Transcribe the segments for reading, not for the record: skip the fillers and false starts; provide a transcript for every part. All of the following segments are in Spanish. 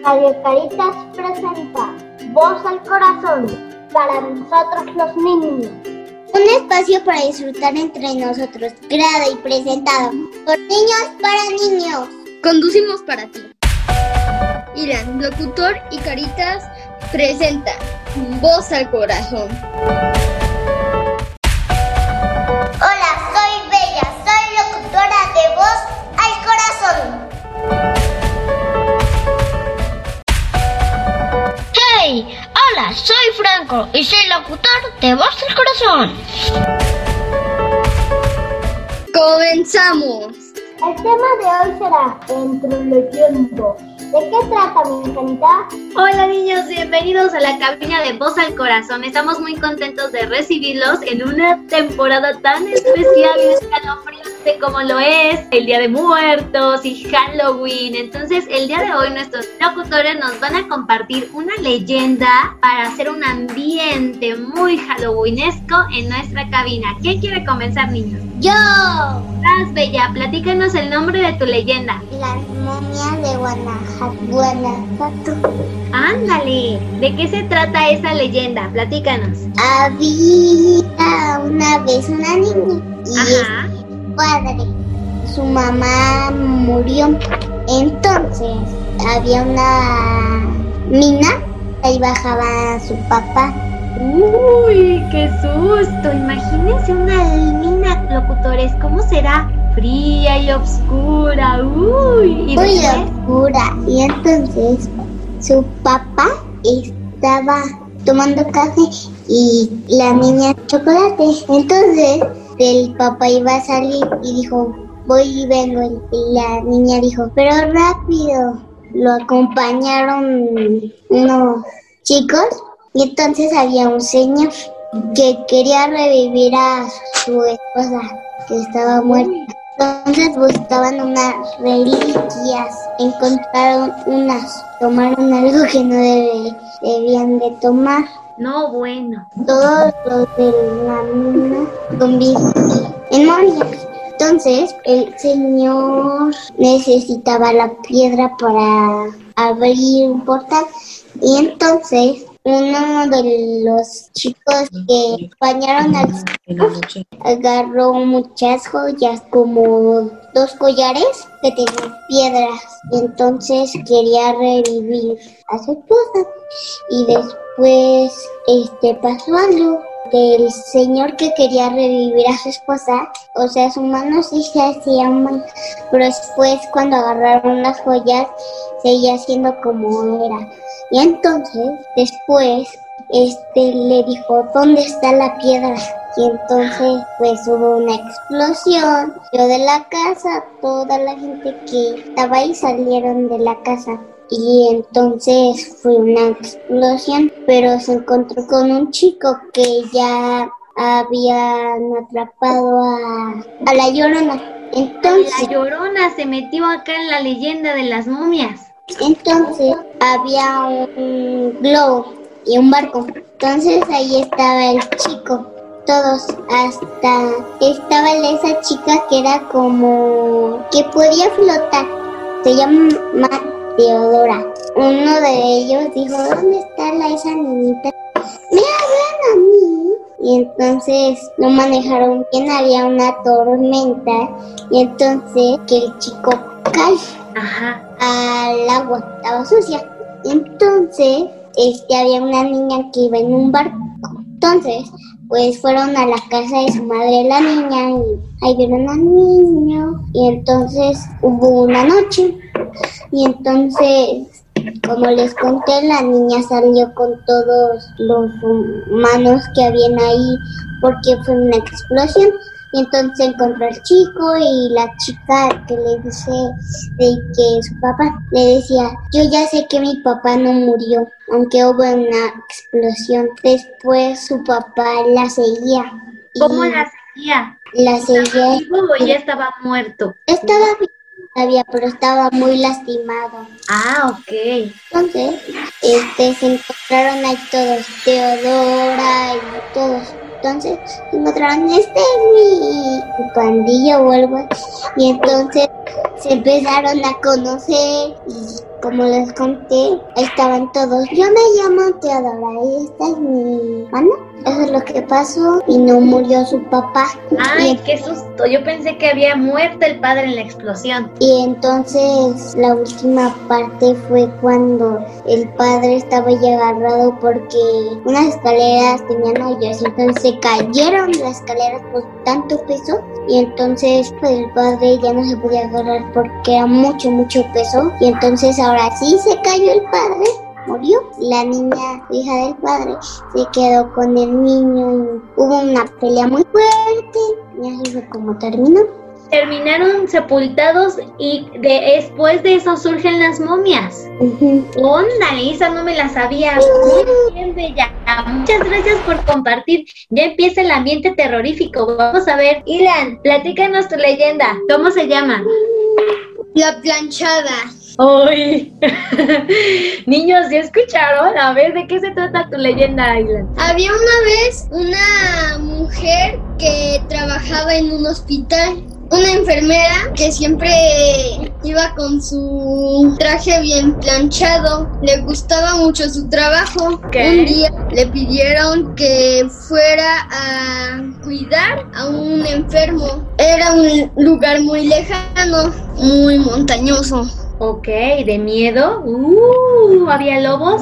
Radio Caritas presenta Voz al Corazón para nosotros los niños. Un espacio para disfrutar entre nosotros, creado y presentado por niños para niños. Conducimos para ti. Irán, locutor y Caritas presenta Voz al Corazón. Hola, soy Bella, soy locutora de Voz al Corazón. ¡Hey! Hola, soy Franco y soy locutor de Voz al Corazón. ¡Comenzamos! El tema de hoy será Entre leyendo. ¿De qué trata, mi Janita? Hola niños, bienvenidos a la cabina de Voz al Corazón. Estamos muy contentos de recibirlos en una temporada tan especial y escalofriante como lo es el Día de Muertos y Halloween. Entonces, el día de hoy nuestros locutores nos van a compartir una leyenda para hacer un ambiente muy halloweenesco en nuestra cabina. ¿Quién quiere comenzar, niños? Yo. Vas, Bella, platícanos el nombre de tu leyenda. Las momias de Guanajuato. Ándale, ¿de qué se trata esa leyenda? Platícanos. Había una vez una niña y Ajá. su padre, su mamá murió. Entonces había una mina, ahí bajaba su papá. ¡Uy, qué susto! Imagínense una mina, locutores, ¿cómo será? Fría y oscura. ¡Uy! ¿Y Muy después? oscura. Y entonces su papá estaba tomando café y la niña chocolate. Entonces el papá iba a salir y dijo, voy y vengo. Y la niña dijo, pero rápido. Lo acompañaron unos chicos y entonces había un señor que quería revivir a su esposa que estaba muerta. Entonces buscaban unas reliquias, encontraron unas, tomaron algo que no debían de tomar. No, bueno. Todos los de la mina con vida en momias. Entonces el señor necesitaba la piedra para abrir un portal y entonces uno de los chicos que acompañaron al señor agarró muchas joyas, como 2 collares que tenían piedras, y entonces quería revivir a su esposa. Y después pasó algo. El señor que quería revivir a su esposa, o sea, su mano sí se hacía mal, pero después cuando agarraron las joyas seguía siendo como era. Y entonces después le dijo, ¿dónde está la piedra? Y entonces pues hubo una explosión. Yo de la casa, toda la gente que estaba ahí salieron de la casa. Y entonces fue una explosión, pero se encontró con un chico que ya habían atrapado a la Llorona. Entonces, La Llorona se metió acá en la leyenda de las momias. entonces había un globo y un barco. Entonces ahí estaba el chico. Todos, hasta estaba esa chica que era como que podía flotar. Se llama Teodora. Uno de ellos dijo, ¿dónde está esa niñita? Me hablan a mí. Y entonces no manejaron bien, había una tormenta. Y entonces que el chico cae al agua, estaba sucia. Entonces había una niña que iba en un barco. Entonces pues fueron a la casa de su madre la niña y ahí vieron al niño. Y entonces hubo una noche. Y entonces, como les conté, la niña salió con todos los humanos que habían ahí porque fue una explosión. Y entonces encontró al chico y la chica que le dice de que su papá le decía, yo ya sé que mi papá no murió, aunque hubo una explosión. Después su papá la seguía. ¿Cómo la seguía? La seguía. ¿Estaba vivo o ya estaba muerto? Estaba vivo todavía, pero estaba muy lastimado. Ah, ok. Entonces, se encontraron ahí todos, Teodora y todos. Entonces, encontraron, mi pandilla o algo así. Y entonces se empezaron a conocer y como les conté, estaban todos. Yo me llamo Teodora y esta es mi hermana. Eso es lo que pasó y no murió su papá. Ay, qué susto. Yo pensé que había muerto el padre en la explosión. Y entonces la última parte fue cuando el padre estaba ya agarrado porque unas escaleras tenían hoyos y entonces se cayeron las escaleras por tanto peso y entonces pues el padre ya no se podía agarrar porque era mucho peso y entonces ahora sí se cayó el padre. Murió. La niña, hija del padre, se quedó con el niño y hubo una pelea muy fuerte. Y así fue como terminó. Terminaron sepultados y después de eso surgen las momias. Óndale, esa no me la sabía. Muy bien, Bella. Muchas gracias por compartir. Ya empieza el ambiente terrorífico. Vamos a ver. Ilan, platícanos tu leyenda. ¿Cómo se llama? La planchada. ¡Ay! Niños, ¿ya escucharon? A ver, ¿de qué se trata tu leyenda, Ilan? Había una vez una mujer que trabajaba en un hospital. Una enfermera que siempre iba con su traje bien planchado. Le gustaba mucho su trabajo. ¿Qué? Un día le pidieron que fuera a cuidar a un enfermo. Era un lugar muy lejano, muy montañoso. Ok, ¿de miedo? ¿Había lobos?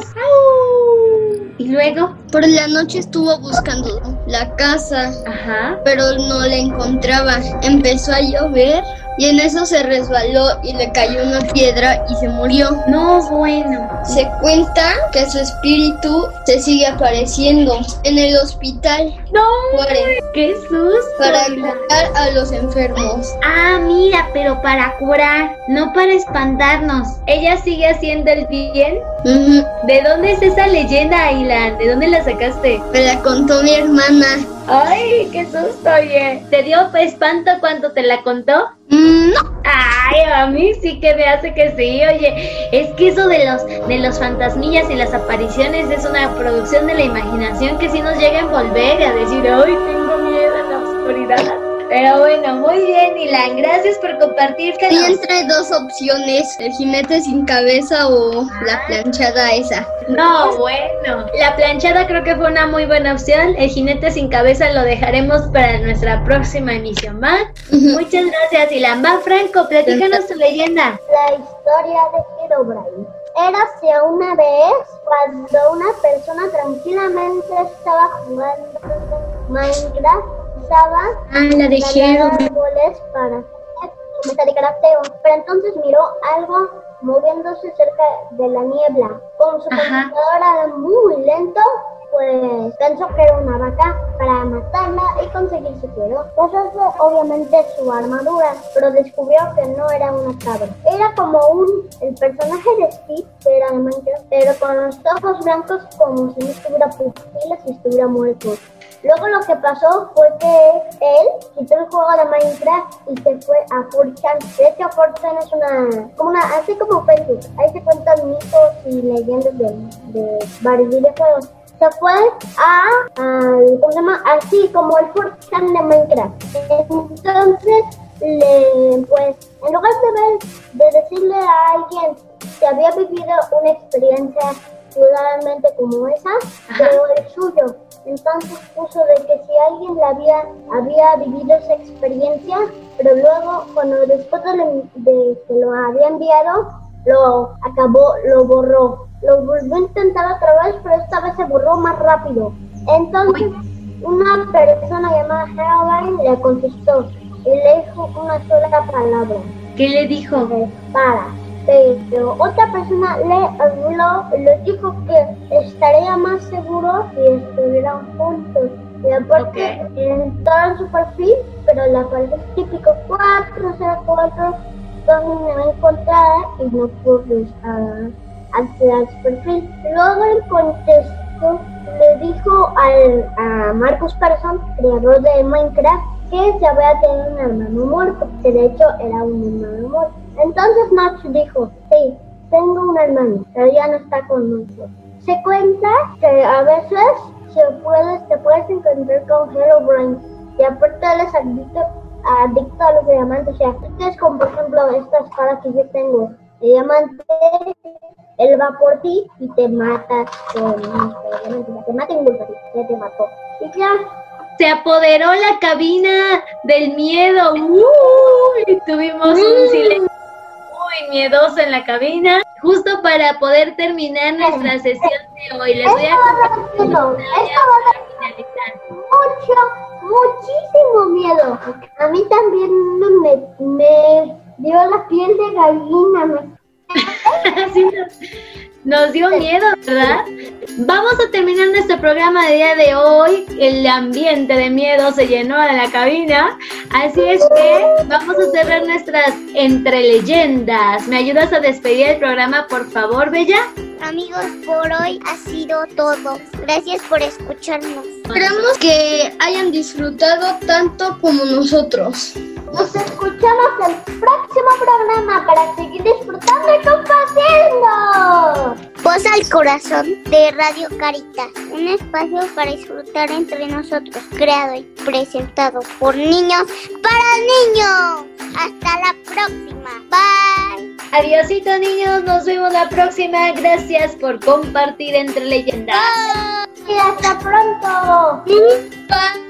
¿Y luego? Por la noche estuvo buscando la casa, Ajá. pero no la encontraba. Empezó a llover y en eso se resbaló y le cayó una piedra y se murió. No, bueno. Se cuenta que su espíritu se sigue apareciendo en el hospital. ¡No! Muere ¡Qué susto! para curar a los enfermos. Ah, mira, pero para curar, no para espantarnos. ¿Ella sigue haciendo el bien? Ujú. ¿De dónde es esa leyenda, Ilan? ¿De dónde la sacaste? Me la contó mi hermana. ¡Ay, qué susto, oye! ¿Te dio espanto cuando te la contó? No. Ay, a mí sí que me hace que sí, oye, es que eso de los fantasmillas y las apariciones es una producción de la imaginación que sí nos llega a envolver y a decir, ay, tengo miedo en la oscuridad. Pero bueno, muy bien, Ilan, gracias por compartir. Y entre dos opciones, el jinete sin cabeza o la planchada esa. No, bueno, la planchada creo que fue una muy buena opción. El jinete sin cabeza lo dejaremos para nuestra próxima emisión, ¿va? Muchas gracias, Ilan. Va, Franco, platícanos tu leyenda. La historia de Herobrine. Érase una vez cuando una persona tranquilamente estaba jugando Minecraft, usaba la de Herobrine. árboles para meta de crafteo, pero entonces miró algo moviéndose cerca de la niebla. Como su computadora era muy lento, pues pensó que era una vaca para matarla y conseguir su cuero. Puso obviamente su armadura, pero descubrió que no era una cabra. Era como el personaje de Steve, que era de Minecraft, pero con los ojos blancos como si no estuviera pupilas y estuviera muerto. Luego lo que pasó fue que él quitó el juego de Minecraft y se fue a 4chan. De hecho, 4chan es así como Facebook. Ahí se cuentan mitos y leyendas de varios videojuegos. Se fue ¿cómo se llama? Así como el 4chan de Minecraft. Entonces, pues, en lugar de decirle a alguien que había vivido una experiencia totalmente como esa, creó el suyo. Entonces puso de que si alguien había vivido esa experiencia, pero luego después de que lo había enviado, lo borró. Lo volvió a intentar otra vez, pero esta vez se borró más rápido. Entonces una persona llamada Herobrine le contestó y le dijo una sola palabra. ¿Qué le dijo? Para. Pero otra persona le habló y le dijo que estaría más seguro si estuvieran juntos. Y aparte entró en su perfil, pero la apareció típico 404, entonces me va a encontrar y no pude acceder a su perfil. Luego él contestó, le dijo a Marcus Persson, creador de Minecraft, que se había tenido un hermano muerto, que de hecho era un hermano muerto. Entonces Max dijo, sí, tengo un hermano, pero ya no está con nosotros. Se cuenta que a veces te puedes encontrar con Herobrine, y aparte les advito adicto a los diamantes. O sea, es como por ejemplo esta espada que yo tengo de diamante, él va por ti y te mata con diamantes. Te mata en golpe, ya te mató. Y ya. Se apoderó la cabina del miedo. ¡Uy! Tuvimos un silencio muy miedoso en la cabina. Justo para poder terminar nuestra sesión de hoy. Les voy a contar muchísimo miedo. A mí también me dio la piel de gallina. Sí, nos dio miedo, ¿verdad? Vamos a terminar nuestro programa de día de hoy. El ambiente de miedo se llenó en la cabina. Así es que vamos a cerrar nuestras entre leyendas. ¿Me ayudas a despedir el programa, por favor, Bella? Amigos, por hoy ha sido todo. Gracias por escucharnos. Esperamos que hayan disfrutado tanto como nosotros. Nos escuchamos el próximo programa para seguir disfrutando y compartiendo. Voz al Corazón de Radio Caritas, un espacio para disfrutar entre nosotros, creado y presentado por niños para niños. Hasta la próxima. Bye. Adiósito, niños, nos vemos la próxima. Gracias por compartir entre leyendas. Y hasta pronto. Bye.